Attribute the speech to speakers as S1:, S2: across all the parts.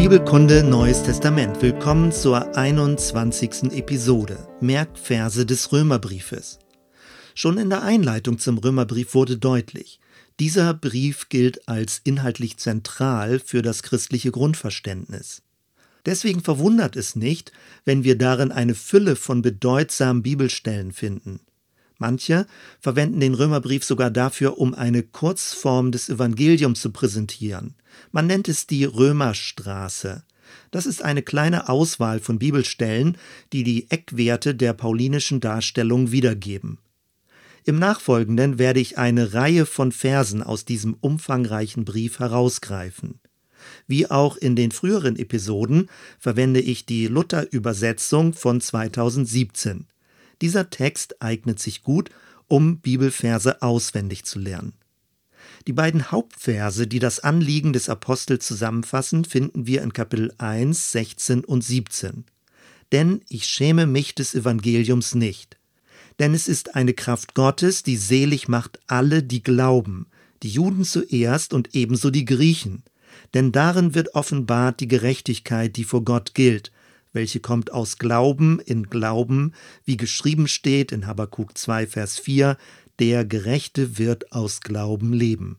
S1: Bibelkunde Neues Testament. Willkommen zur 21. Episode. Merkverse des Römerbriefes. Schon in der Einleitung zum Römerbrief wurde deutlich, dieser Brief gilt als inhaltlich zentral für das christliche Grundverständnis. Deswegen verwundert es nicht, wenn wir darin eine Fülle von bedeutsamen Bibelstellen finden. Manche verwenden den Römerbrief sogar dafür, um eine Kurzform des Evangeliums zu präsentieren. Man nennt es die Römerstraße. Das ist eine kleine Auswahl von Bibelstellen, die die Eckwerte der paulinischen Darstellung wiedergeben. Im Nachfolgenden werde ich eine Reihe von Versen aus diesem umfangreichen Brief herausgreifen. Wie auch in den früheren Episoden verwende ich die Luther-Übersetzung von 2017. Dieser Text eignet sich gut, um Bibelverse auswendig zu lernen. Die beiden Hauptverse, die das Anliegen des Apostels zusammenfassen, finden wir in Kapitel 1, 16 und 17. Denn ich schäme mich des Evangeliums nicht. Denn es ist eine Kraft Gottes, die selig macht alle, die glauben, die Juden zuerst und ebenso die Griechen. Denn darin wird offenbart die Gerechtigkeit, die vor Gott gilt, welche kommt aus Glauben in Glauben, wie geschrieben steht in Habakuk 2, Vers 4, der Gerechte wird aus Glauben leben.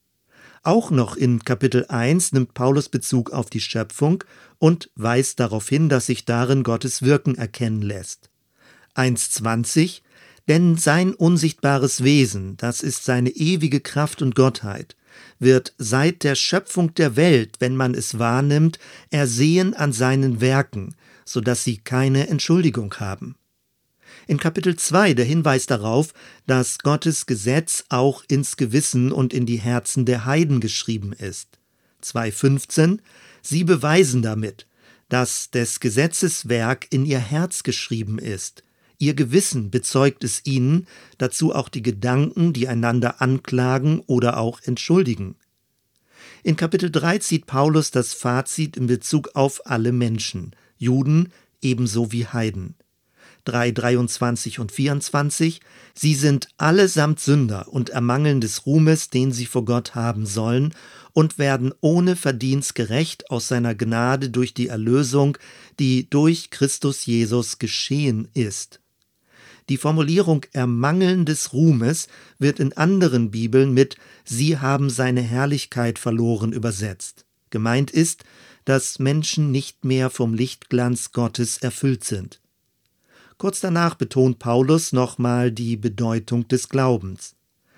S1: Auch noch in Kapitel 1 nimmt Paulus Bezug auf die Schöpfung und weist darauf hin, dass sich darin Gottes Wirken erkennen lässt. 1,20: Denn sein unsichtbares Wesen, das ist seine ewige Kraft und Gottheit, wird seit der Schöpfung der Welt, wenn man es wahrnimmt, ersehen an seinen Werken, sodass sie keine Entschuldigung haben. In Kapitel 2 der Hinweis darauf, dass Gottes Gesetz auch ins Gewissen und in die Herzen der Heiden geschrieben ist. 2,15: Sie beweisen damit, dass des Gesetzes Werk in ihr Herz geschrieben ist. Ihr Gewissen bezeugt es ihnen, dazu auch die Gedanken, die einander anklagen oder auch entschuldigen. In Kapitel 3 zieht Paulus das Fazit in Bezug auf alle Menschen, Juden ebenso wie Heiden. 3,23 und 24: Sie sind allesamt Sünder und ermangeln des Ruhmes, den sie vor Gott haben sollen, und werden ohne Verdienst gerecht aus seiner Gnade durch die Erlösung, die durch Christus Jesus geschehen ist. Die Formulierung ermangeln des Ruhmes wird in anderen Bibeln mit Sie haben seine Herrlichkeit verloren übersetzt. Gemeint ist, dass Menschen nicht mehr vom Lichtglanz Gottes erfüllt sind. Kurz danach betont Paulus nochmal die Bedeutung des Glaubens.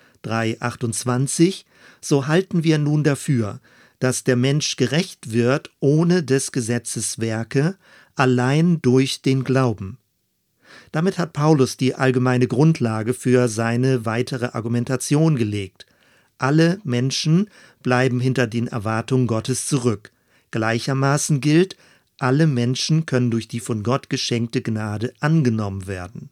S1: 3,28: So halten wir nun dafür, dass der Mensch gerecht wird ohne des Gesetzes Werke, allein durch den Glauben. Damit hat Paulus die allgemeine Grundlage für seine weitere Argumentation gelegt. Alle Menschen bleiben hinter den Erwartungen Gottes zurück. Gleichermaßen gilt, alle Menschen können durch die von Gott geschenkte Gnade angenommen werden.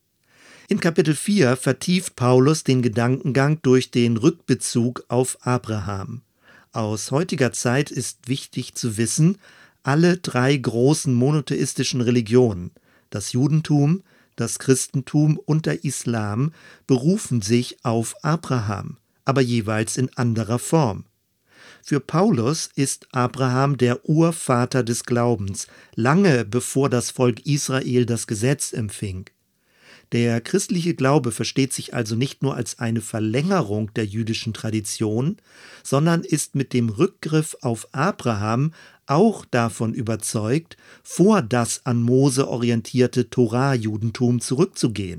S1: In Kapitel 4 vertieft Paulus den Gedankengang durch den Rückbezug auf Abraham. Aus heutiger Zeit ist wichtig zu wissen, alle drei großen monotheistischen Religionen, das Judentum, das Christentum und der Islam, berufen sich auf Abraham, aber jeweils in anderer Form. Für Paulus ist Abraham der Urvater des Glaubens, lange bevor das Volk Israel das Gesetz empfing. Der christliche Glaube versteht sich also nicht nur als eine Verlängerung der jüdischen Tradition, sondern ist mit dem Rückgriff auf Abraham auch davon überzeugt, vor das an Mose orientierte Torah-Judentum zurückzugehen.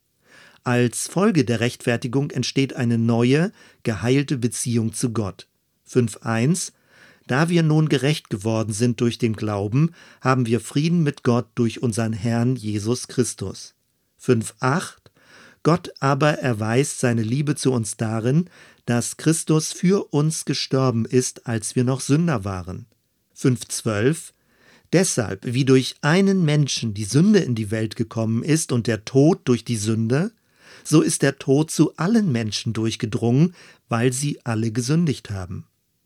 S1: Als Folge der Rechtfertigung entsteht eine neue, geheilte Beziehung zu Gott. 5,1: Da wir nun gerecht geworden sind durch den Glauben, haben wir Frieden mit Gott durch unseren Herrn Jesus Christus. 5,8: Gott aber erweist seine Liebe zu uns darin, dass Christus für uns gestorben ist, als wir noch Sünder waren. 5,12: Deshalb, wie durch einen Menschen die Sünde in die Welt gekommen ist und der Tod durch die Sünde, so ist der Tod zu allen Menschen durchgedrungen, weil sie alle gesündigt haben.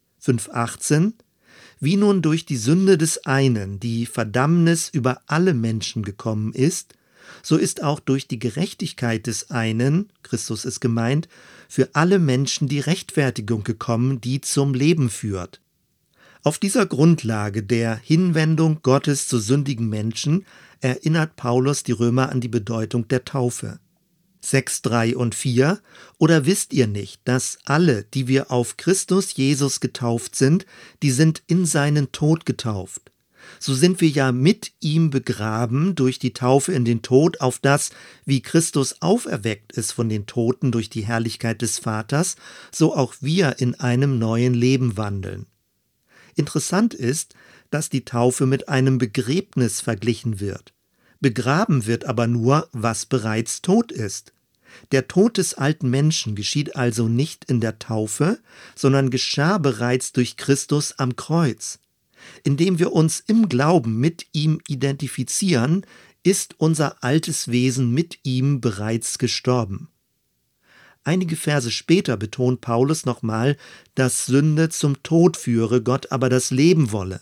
S1: 5,18: Wie nun durch die Sünde des einen die Verdammnis über alle Menschen gekommen ist, so ist auch durch die Gerechtigkeit des einen, Christus ist gemeint, für alle Menschen die Rechtfertigung gekommen, die zum Leben führt. Auf dieser Grundlage der Hinwendung Gottes zu sündigen Menschen erinnert Paulus die Römer an die Bedeutung der Taufe. 6, 3 und 4: Oder wisst ihr nicht, dass alle, die wir auf Christus Jesus getauft sind, die sind in seinen Tod getauft? So sind wir ja mit ihm begraben durch die Taufe in den Tod, auf das, wie Christus auferweckt ist von den Toten durch die Herrlichkeit des Vaters, so auch wir in einem neuen Leben wandeln. Interessant ist, dass die Taufe mit einem Begräbnis verglichen wird. Begraben wird aber nur, was bereits tot ist. Der Tod des alten Menschen geschieht also nicht in der Taufe, sondern geschah bereits durch Christus am Kreuz. Indem wir uns im Glauben mit ihm identifizieren, ist unser altes Wesen mit ihm bereits gestorben. Einige Verse später betont Paulus nochmal, dass Sünde zum Tod führe, Gott aber das Leben wolle.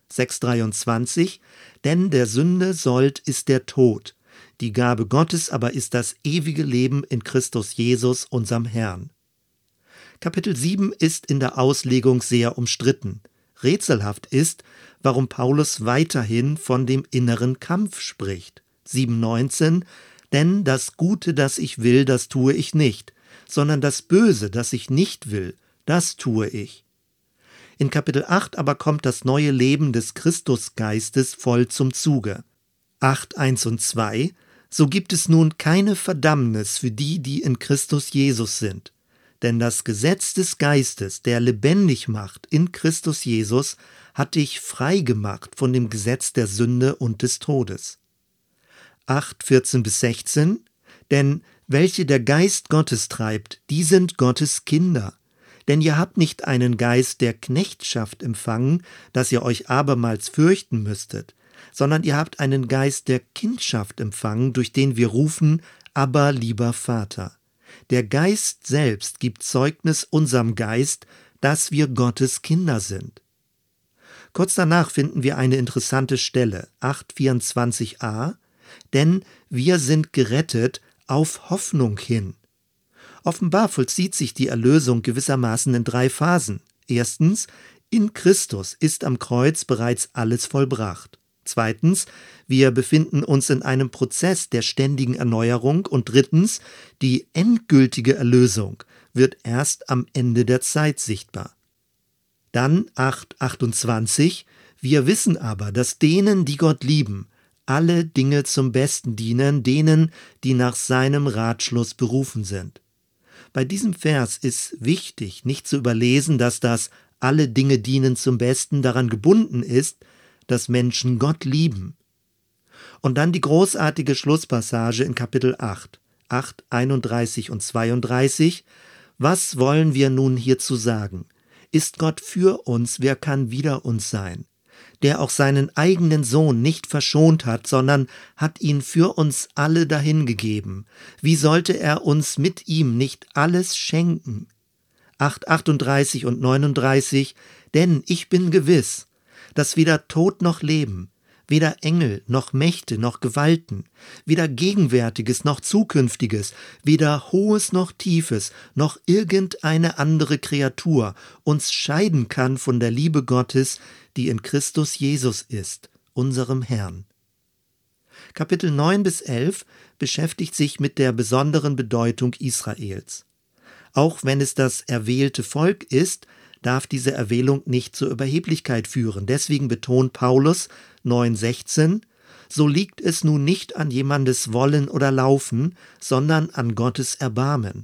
S1: 6,23: Denn der Sünde Sold ist der Tod, die Gabe Gottes aber ist das ewige Leben in Christus Jesus, unserem Herrn. Kapitel 7 ist in der Auslegung sehr umstritten. Rätselhaft ist, warum Paulus weiterhin von dem inneren Kampf spricht. 7,19: Denn das Gute, das ich will, das tue ich nicht, sondern das Böse, das ich nicht will, das tue ich. In Kapitel 8 aber kommt das neue Leben des Christusgeistes voll zum Zuge. 8, 1 und 2: So gibt es nun keine Verdammnis für die, die in Christus Jesus sind. Denn das Gesetz des Geistes, der lebendig macht in Christus Jesus, hat dich frei gemacht von dem Gesetz der Sünde und des Todes. 8, 14 bis 16: Denn welche der Geist Gottes treibt, die sind Gottes Kinder. Denn ihr habt nicht einen Geist der Knechtschaft empfangen, dass ihr euch abermals fürchten müsstet, sondern ihr habt einen Geist der Kindschaft empfangen, durch den wir rufen, aber lieber Vater. Der Geist selbst gibt Zeugnis unserem Geist, dass wir Gottes Kinder sind. Kurz danach finden wir eine interessante Stelle, 8,24a: Denn wir sind gerettet auf Hoffnung hin. Offenbar vollzieht sich die Erlösung gewissermaßen in 3 Phasen. Erstens: In Christus ist am Kreuz bereits alles vollbracht. Zweitens: Wir befinden uns in einem Prozess der ständigen Erneuerung. Und drittens: Die endgültige Erlösung wird erst am Ende der Zeit sichtbar. Dann 8,28: Wir wissen aber, dass denen, die Gott lieben, alle Dinge zum Besten dienen, denen, die nach seinem Ratschluss berufen sind. Bei diesem Vers ist wichtig, nicht zu überlesen, dass das alle Dinge dienen zum Besten daran gebunden ist, dass Menschen Gott lieben. Und dann die großartige Schlusspassage in Kapitel 8, 8, 31 und 32. Was wollen wir nun hierzu sagen? Ist Gott für uns, wer kann wider uns sein? Der auch seinen eigenen Sohn nicht verschont hat, sondern hat ihn für uns alle dahingegeben. Wie sollte er uns mit ihm nicht alles schenken? 8, 38 und 39. Denn ich bin gewiss, dass weder Tod noch Leben, weder Engel noch Mächte noch Gewalten, weder Gegenwärtiges noch Zukünftiges, weder Hohes noch Tiefes, noch irgendeine andere Kreatur uns scheiden kann von der Liebe Gottes, die in Christus Jesus ist, unserem Herrn. Kapitel 9 bis 11 beschäftigt sich mit der besonderen Bedeutung Israels. Auch wenn es das erwählte Volk ist, darf diese Erwählung nicht zur Überheblichkeit führen. Deswegen betont Paulus 9,16: So liegt es nun nicht an jemandes Wollen oder Laufen, sondern an Gottes Erbarmen.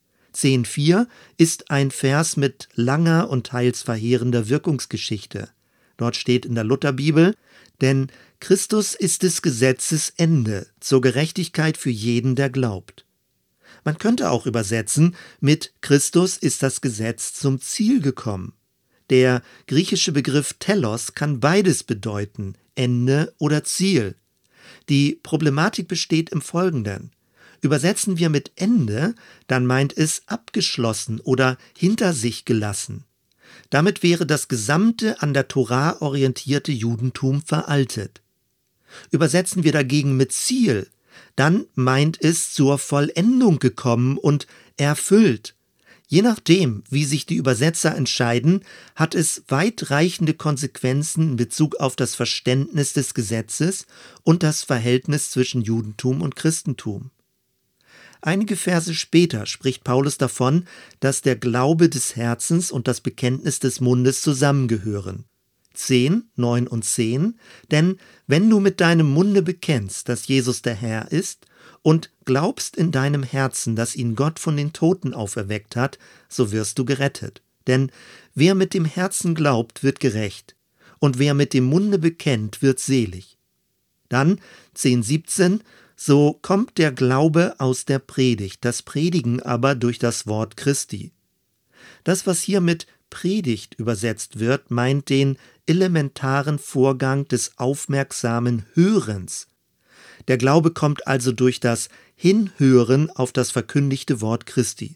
S1: 10,4 ist ein Vers mit langer und teils verheerender Wirkungsgeschichte. Dort steht in der Lutherbibel: Denn Christus ist des Gesetzes Ende zur Gerechtigkeit für jeden, der glaubt. Man könnte auch übersetzen mit: Christus ist das Gesetz zum Ziel gekommen. Der griechische Begriff Telos kann beides bedeuten, Ende oder Ziel. Die Problematik besteht im Folgenden: Übersetzen wir mit Ende, dann meint es abgeschlossen oder hinter sich gelassen. Damit wäre das gesamte an der Tora orientierte Judentum veraltet. Übersetzen wir dagegen mit Ziel, dann meint es zur Vollendung gekommen und erfüllt. Je nachdem, wie sich die Übersetzer entscheiden, hat es weitreichende Konsequenzen in Bezug auf das Verständnis des Gesetzes und das Verhältnis zwischen Judentum und Christentum. Einige Verse später spricht Paulus davon, dass der Glaube des Herzens und das Bekenntnis des Mundes zusammengehören. 10, 9 und 10, denn wenn du mit deinem Munde bekennst, dass Jesus der Herr ist, und glaubst in deinem Herzen, dass ihn Gott von den Toten auferweckt hat, so wirst du gerettet. Denn wer mit dem Herzen glaubt, wird gerecht, und wer mit dem Munde bekennt, wird selig. Dann 10, 17, so kommt der Glaube aus der Predigt, das Predigen aber durch das Wort Christi. Das, was hier mit Predigt übersetzt wird, meint den elementaren Vorgang des aufmerksamen Hörens. Der Glaube kommt also durch das Hinhören auf das verkündigte Wort Christi.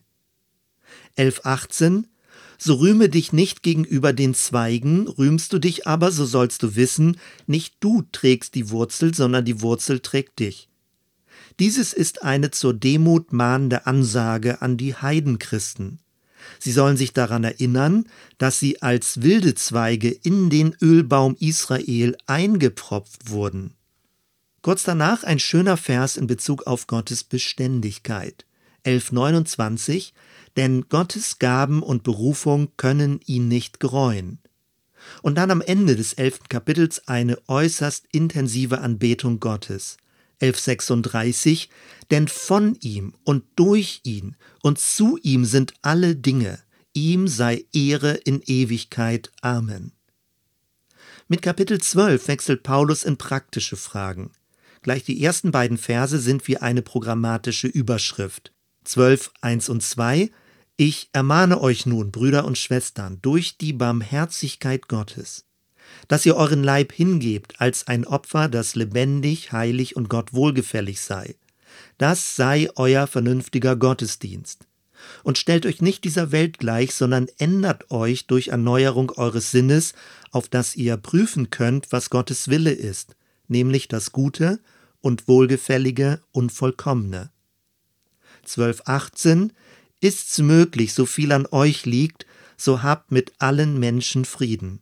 S1: 11,18 So rühme dich nicht gegenüber den Zweigen, rühmst du dich aber, so sollst du wissen, nicht du trägst die Wurzel, sondern die Wurzel trägt dich. Dieses ist eine zur Demut mahnende Ansage an die Heidenchristen. Sie sollen sich daran erinnern, dass sie als wilde Zweige in den Ölbaum Israel eingepfropft wurden. Kurz danach ein schöner Vers in Bezug auf Gottes Beständigkeit. 11,29 Denn Gottes Gaben und Berufung können ihn nicht gereuen. Und dann am Ende des 11. Kapitels eine äußerst intensive Anbetung Gottes. 11,36 Denn von ihm und durch ihn und zu ihm sind alle Dinge. Ihm sei Ehre in Ewigkeit. Amen. Mit Kapitel 12 wechselt Paulus in praktische Fragen. Gleich die ersten beiden Verse sind wie eine programmatische Überschrift. 12, 1 und 2 Ich ermahne euch nun, Brüder und Schwestern, durch die Barmherzigkeit Gottes, dass ihr euren Leib hingebt als ein Opfer, das lebendig, heilig und Gott wohlgefällig sei. Das sei euer vernünftiger Gottesdienst. Und stellt euch nicht dieser Welt gleich, sondern ändert euch durch Erneuerung eures Sinnes, auf dass ihr prüfen könnt, was Gottes Wille ist, nämlich das Gute und Wohlgefällige und Vollkommene. 12,18 Ist's möglich, so viel an euch liegt, so habt mit allen Menschen Frieden.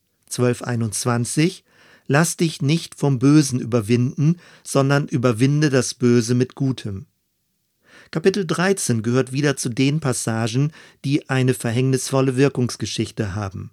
S1: 12,21 Lass dich nicht vom Bösen überwinden, sondern überwinde das Böse mit Gutem. Kapitel 13 gehört wieder zu den Passagen, die eine verhängnisvolle Wirkungsgeschichte haben.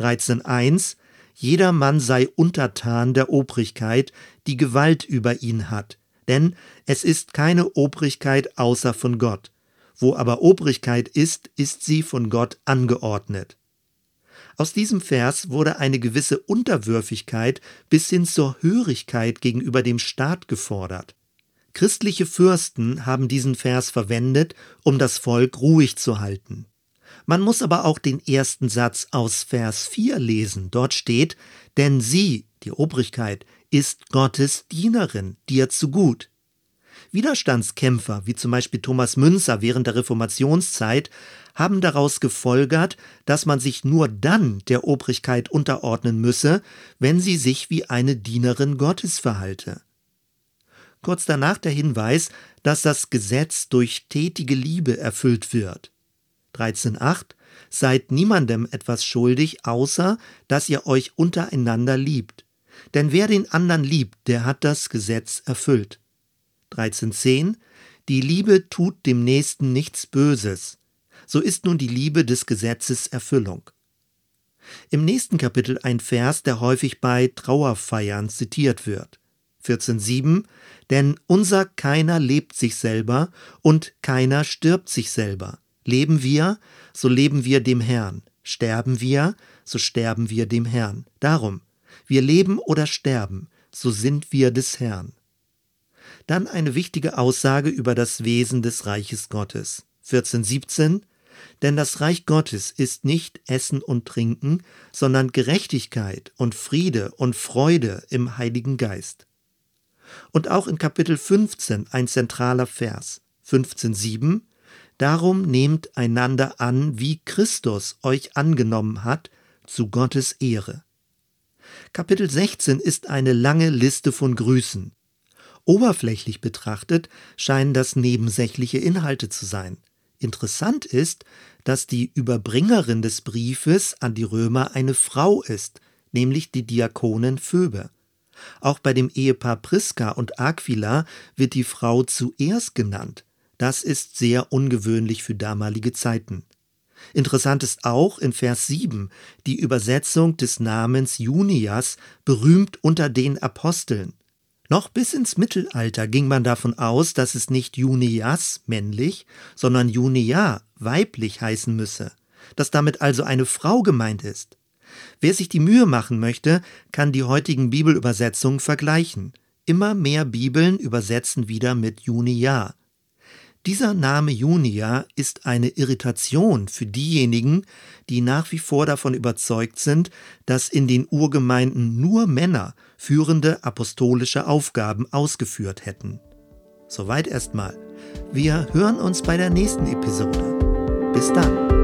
S1: 13,1 Jeder Mann sei untertan der Obrigkeit, die Gewalt über ihn hat, denn es ist keine Obrigkeit außer von Gott. Wo aber Obrigkeit ist, ist sie von Gott angeordnet. Aus diesem Vers wurde eine gewisse Unterwürfigkeit bis hin zur Hörigkeit gegenüber dem Staat gefordert. Christliche Fürsten haben diesen Vers verwendet, um das Volk ruhig zu halten. Man muss aber auch den ersten Satz aus Vers 4 lesen. Dort steht, denn sie, die Obrigkeit, ist Gottes Dienerin, dir zu gut. Widerstandskämpfer, wie zum Beispiel Thomas Müntzer während der Reformationszeit, haben daraus gefolgert, dass man sich nur dann der Obrigkeit unterordnen müsse, wenn sie sich wie eine Dienerin Gottes verhalte. Kurz danach der Hinweis, dass das Gesetz durch tätige Liebe erfüllt wird. 13,8 Seid niemandem etwas schuldig, außer dass ihr euch untereinander liebt. Denn wer den anderen liebt, der hat das Gesetz erfüllt. 13,10 Die Liebe tut dem Nächsten nichts Böses. So ist nun die Liebe des Gesetzes Erfüllung. Im nächsten Kapitel ein Vers, der häufig bei Trauerfeiern zitiert wird. 14,7 Denn unser keiner lebt sich selber und keiner stirbt sich selber. Leben wir, so leben wir dem Herrn. Sterben wir, so sterben wir dem Herrn. Darum, wir leben oder sterben, so sind wir des Herrn. Dann eine wichtige Aussage über das Wesen des Reiches Gottes. 14,17 Denn das Reich Gottes ist nicht Essen und Trinken, sondern Gerechtigkeit und Friede und Freude im Heiligen Geist. Und auch in Kapitel 15 ein zentraler Vers. 15,7 Darum nehmt einander an, wie Christus euch angenommen hat, zu Gottes Ehre. Kapitel 16 ist eine lange Liste von Grüßen. Oberflächlich betrachtet scheinen das nebensächliche Inhalte zu sein. Interessant ist, dass die Überbringerin des Briefes an die Römer eine Frau ist, nämlich die Diakonin Phoebe. Auch bei dem Ehepaar Priska und Aquila wird die Frau zuerst genannt. Das ist sehr ungewöhnlich für damalige Zeiten. Interessant ist auch in Vers 7 die Übersetzung des Namens Junias, berühmt unter den Aposteln. Noch bis ins Mittelalter ging man davon aus, dass es nicht Junias, männlich, sondern Junia, weiblich heißen müsse, dass damit also eine Frau gemeint ist. Wer sich die Mühe machen möchte, kann die heutigen Bibelübersetzungen vergleichen. Immer mehr Bibeln übersetzen wieder mit Junia. Dieser Name Junia ist eine Irritation für diejenigen, die nach wie vor davon überzeugt sind, dass in den Urgemeinden nur Männer führende apostolische Aufgaben ausgeführt hätten. Soweit erstmal. Wir hören uns bei der nächsten Episode. Bis dann.